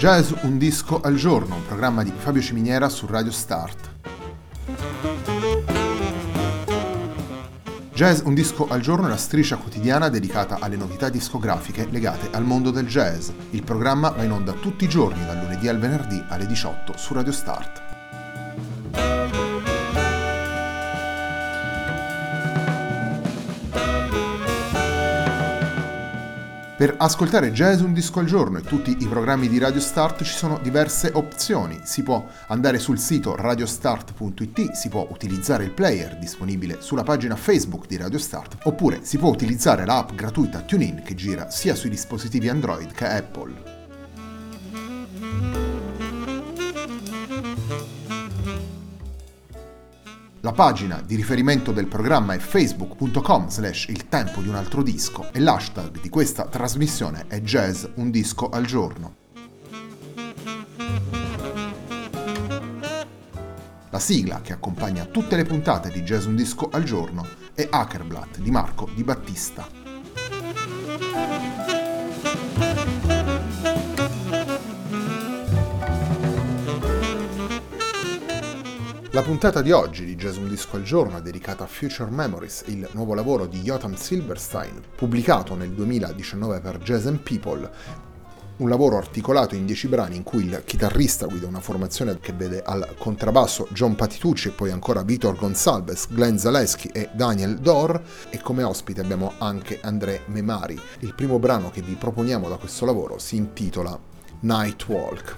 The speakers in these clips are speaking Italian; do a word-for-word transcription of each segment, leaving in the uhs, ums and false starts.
Jazz un disco al giorno, un programma di Fabio Ciminiera su Radio Start. Jazz un disco al giorno è la striscia quotidiana dedicata alle novità discografiche legate al mondo del jazz. Il programma va in onda tutti i giorni, dal lunedì al venerdì alle diciotto su Radio Start. Per ascoltare Jazz un disco al giorno e tutti i programmi di Radio Start ci sono diverse opzioni. Si può andare sul sito radiostart punto it, si può utilizzare il player disponibile sulla pagina Facebook di Radio Start, oppure si può utilizzare l'app gratuita TuneIn che gira sia sui dispositivi Android che Apple. La pagina di riferimento del programma è facebook punto com slash il tempo di un altro disco e l'hashtag di questa trasmissione è Jazz un disco al giorno. La sigla che accompagna tutte le puntate di Jazz un disco al giorno è Hackerblatt di Marco Di Battista. La puntata di oggi di Jazz un disco al giorno è dedicata a Future Memories, il nuovo lavoro di Jotam Silverstein, pubblicato nel duemiladiciannove per Jazz and People, un lavoro articolato in dieci brani in cui il chitarrista guida una formazione che vede al contrabbasso John Patitucci e poi ancora Vitor Gonçalves, Glenn Zaleski e Daniel Dor, e come ospite abbiamo anche André Memari. Il primo brano che vi proponiamo da questo lavoro si intitola Night Walk.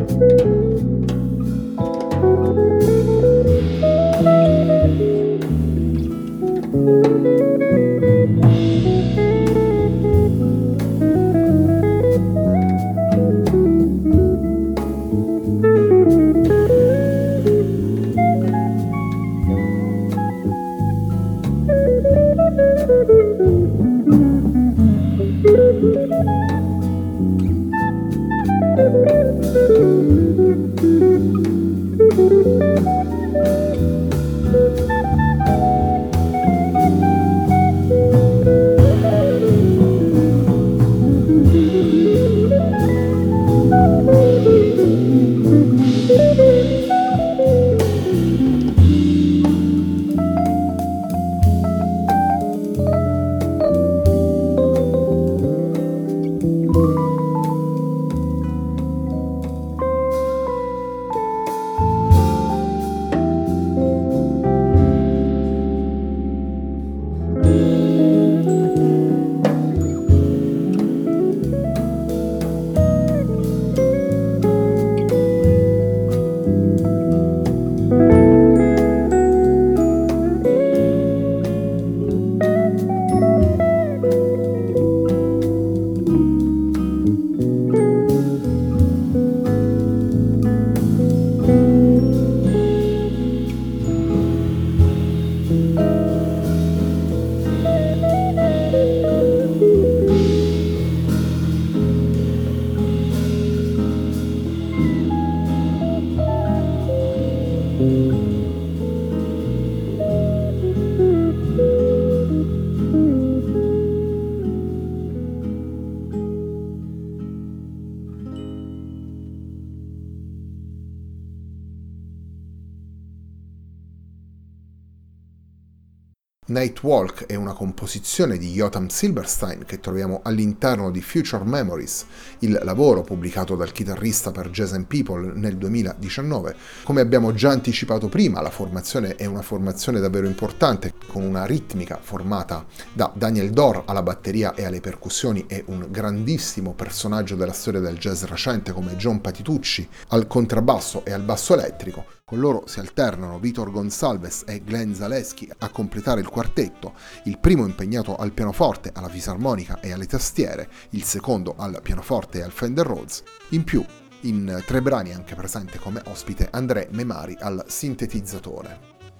Nightwalk è una composizione di Jotam Silberstein che troviamo all'interno di Future Memories, il lavoro pubblicato dal chitarrista per Jazz and People nel duemiladiciannove. Come abbiamo già anticipato prima, la formazione è una formazione davvero importante, con una ritmica formata da Daniel Dorr alla batteria e alle percussioni e un grandissimo personaggio della storia del jazz recente come John Patitucci al contrabbasso e al basso elettrico. Con loro si alternano Vitor Gonsalves e Glenn Zaleski a completare il quartetto, il primo impegnato al pianoforte, alla fisarmonica e alle tastiere, il secondo al pianoforte e al Fender Rhodes. In più, in tre brani è anche presente come ospite André Memari al sintetizzatore.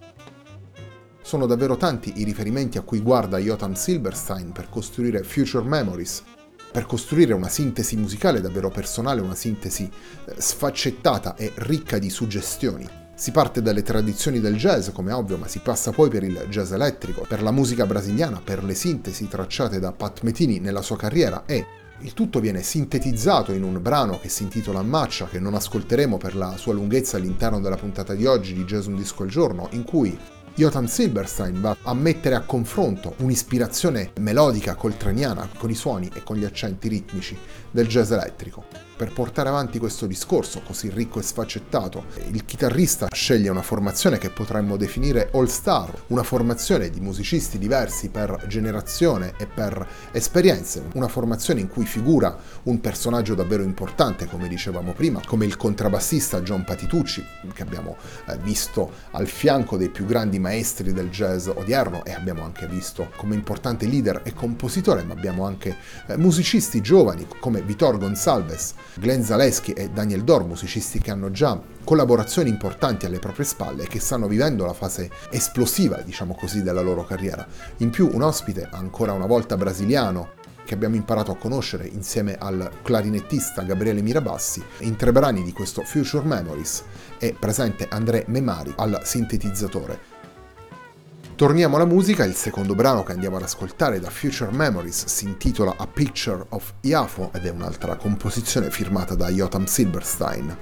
Sono davvero tanti i riferimenti a cui guarda Jotam Silberstein per costruire Future Memories, per costruire una sintesi musicale davvero personale, una sintesi sfaccettata e ricca di suggestioni. Si parte dalle tradizioni del jazz, come ovvio, ma si passa poi per il jazz elettrico, per la musica brasiliana, per le sintesi tracciate da Pat Metheny nella sua carriera e il tutto viene sintetizzato in un brano che si intitola Matcha, che non ascolteremo per la sua lunghezza all'interno della puntata di oggi di Jazz Un Disco al Giorno, in cui Jotam Silberstein va a mettere a confronto un'ispirazione melodica coltraniana con i suoni e con gli accenti ritmici del jazz elettrico. Per portare avanti questo discorso così ricco e sfaccettato, il chitarrista sceglie una formazione che potremmo definire all-star, una formazione di musicisti diversi per generazione e per esperienze, una formazione in cui figura un personaggio davvero importante, come dicevamo prima, come il contrabbassista John Patitucci, che abbiamo visto al fianco dei più grandi maestri del jazz odierno e abbiamo anche visto come importante leader e compositore, ma abbiamo anche musicisti giovani come Vitor Gonsalves, Glenn Zaleski e Daniel Dorr, musicisti che hanno già collaborazioni importanti alle proprie spalle e che stanno vivendo la fase esplosiva, diciamo così, della loro carriera. In più un ospite, ancora una volta brasiliano, che abbiamo imparato a conoscere insieme al clarinettista Gabriele Mirabassi. In tre brani di questo Future Memories è presente André Memari al sintetizzatore. Torniamo alla musica, il secondo brano che andiamo ad ascoltare da Future Memories si intitola A Picture of Iafo ed è un'altra composizione firmata da Jotam Silberstein.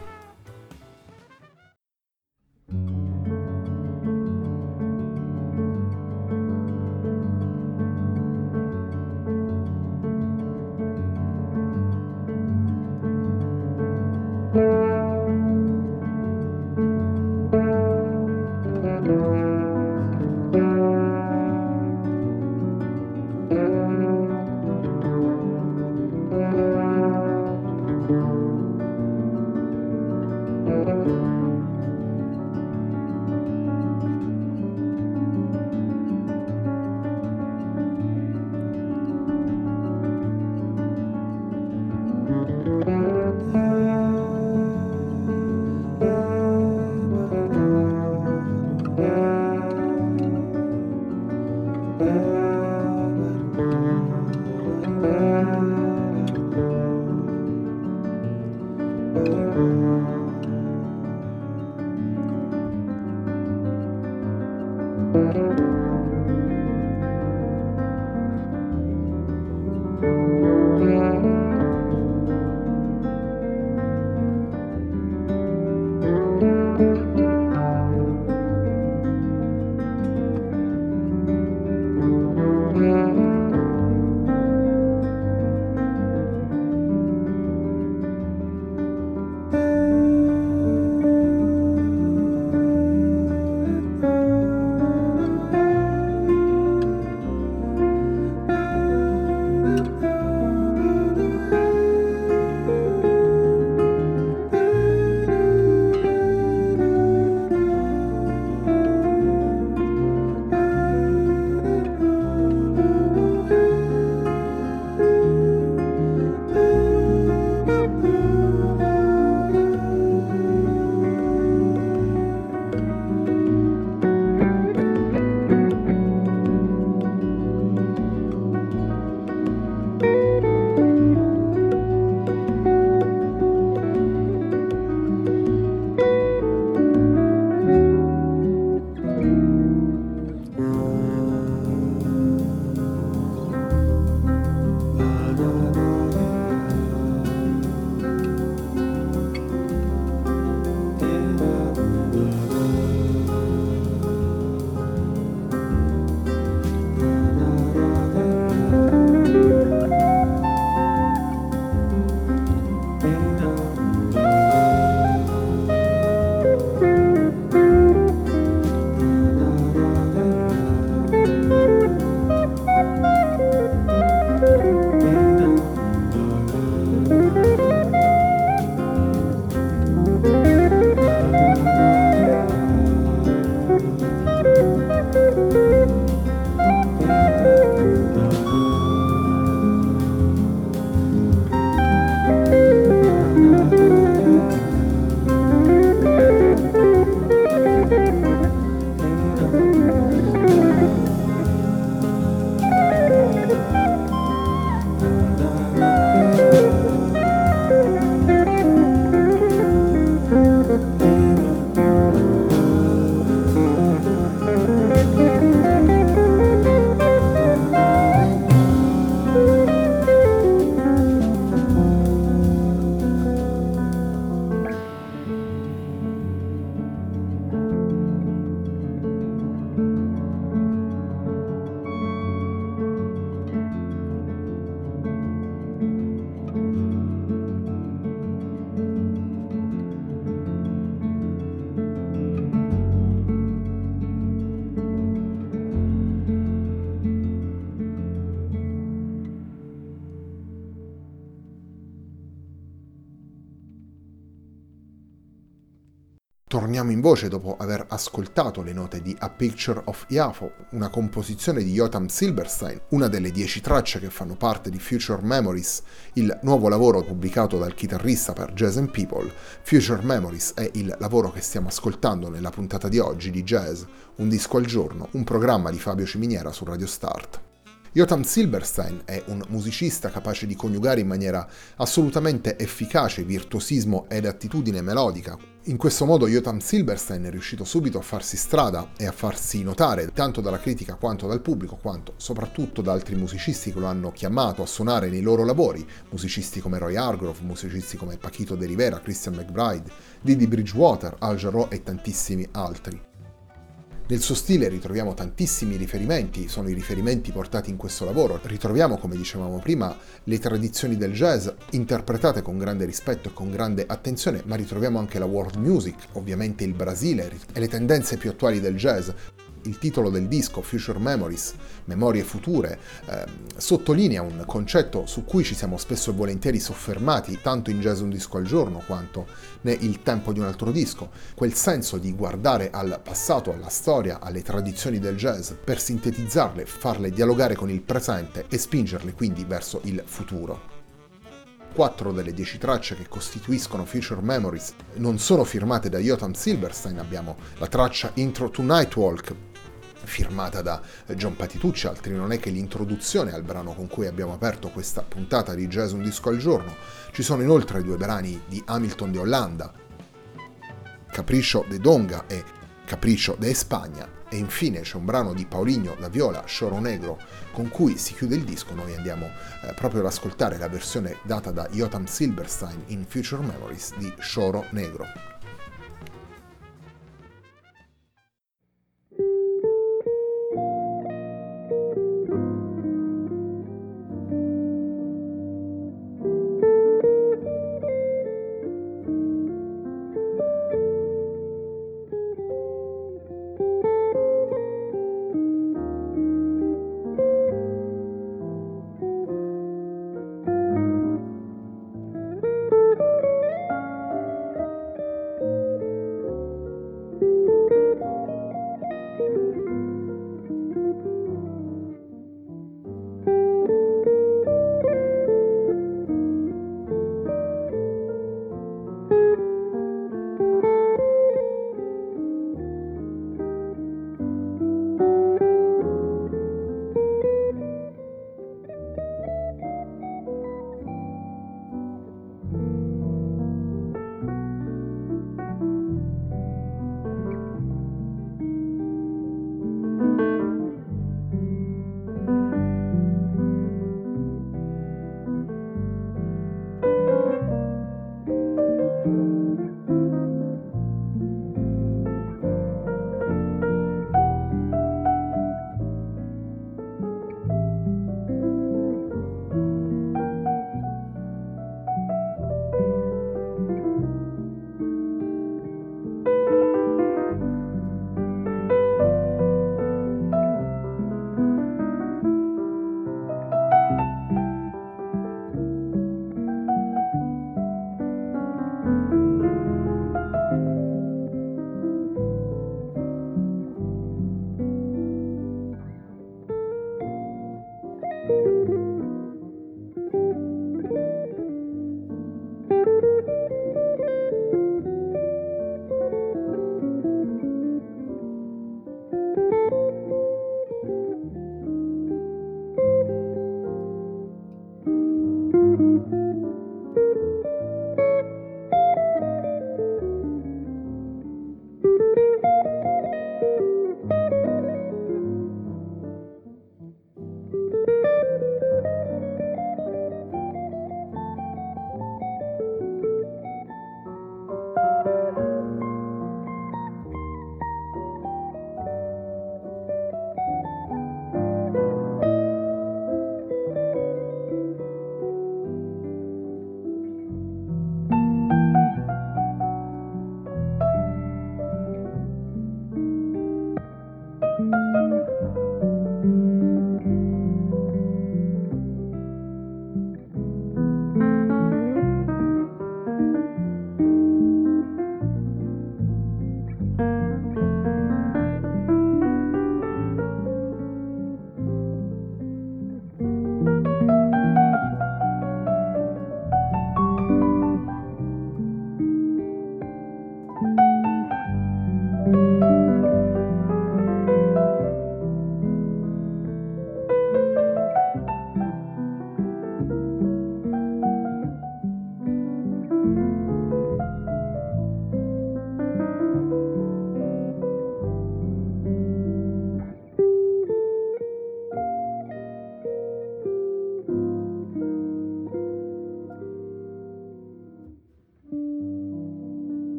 Torniamo in voce dopo aver ascoltato le note di A Picture of Iafo, una composizione di Jotam Silberstein, una delle dieci tracce che fanno parte di Future Memories, il nuovo lavoro pubblicato dal chitarrista per Jazz and People. Future Memories è il lavoro che stiamo ascoltando nella puntata di oggi di Jazz, un disco al giorno, un programma di Fabio Ciminiera su Radio Start. Jotam Silberstein è un musicista capace di coniugare in maniera assolutamente efficace virtuosismo ed attitudine melodica. In questo modo Jotam Silberstein è riuscito subito a farsi strada e a farsi notare tanto dalla critica quanto dal pubblico, quanto soprattutto da altri musicisti che lo hanno chiamato a suonare nei loro lavori, musicisti come Roy Hargrove, musicisti come Paquito de Rivera, Christian McBride, Didi Bridgewater, Al Jarreau e tantissimi altri. Nel suo stile ritroviamo tantissimi riferimenti, sono i riferimenti portati in questo lavoro. Ritroviamo, come dicevamo prima, le tradizioni del jazz interpretate con grande rispetto e con grande attenzione, ma ritroviamo anche la world music, ovviamente il Brasile e le tendenze più attuali del jazz. Il titolo del disco, Future Memories, Memorie Future, eh, sottolinea un concetto su cui ci siamo spesso e volentieri soffermati, tanto in Jazz un disco al giorno quanto nel tempo di un altro disco, quel senso di guardare al passato, alla storia, alle tradizioni del jazz, per sintetizzarle, farle dialogare con il presente e spingerle quindi verso il futuro. Quattro delle dieci tracce che costituiscono Future Memories non sono firmate da Jotam Silberstein. Abbiamo la traccia Intro to Nightwalk, firmata da John Patitucci, altri non è che l'introduzione al brano con cui abbiamo aperto questa puntata di Jazz un disco al giorno. Ci sono inoltre due brani di Hamilton de Hollanda, Capricho de Donga e Capricho de España, e infine c'è un brano di Paulinho da Viola, Choro Negro, con cui si chiude il disco. Noi andiamo eh, proprio ad ascoltare la versione data da Jotam Silberstein in Future Memories di Choro Negro.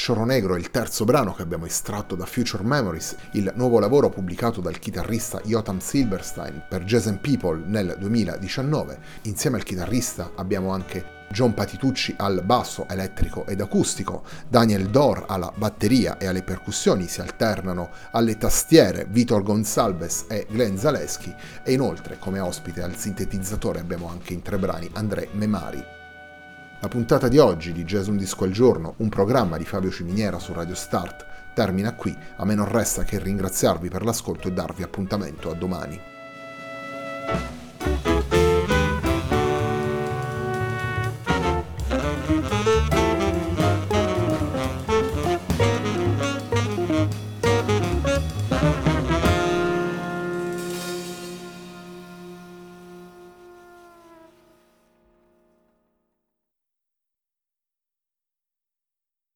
Scioro Negro è il terzo brano che abbiamo estratto da Future Memories, il nuovo lavoro pubblicato dal chitarrista Jotam Silverstein per Jazz and People nel duemiladiciannove. Insieme al chitarrista abbiamo anche John Patitucci al basso elettrico ed acustico, Daniel Dor alla batteria e alle percussioni, si alternano alle tastiere Vitor Gonçalves e Glenn Zalesky, e inoltre come ospite al sintetizzatore abbiamo anche in tre brani André Memari. La puntata di oggi di Jazz Un Disco al Giorno, un programma di Fabio Ciminiera su Radio Start, termina qui. A me non resta che ringraziarvi per l'ascolto e darvi appuntamento a domani.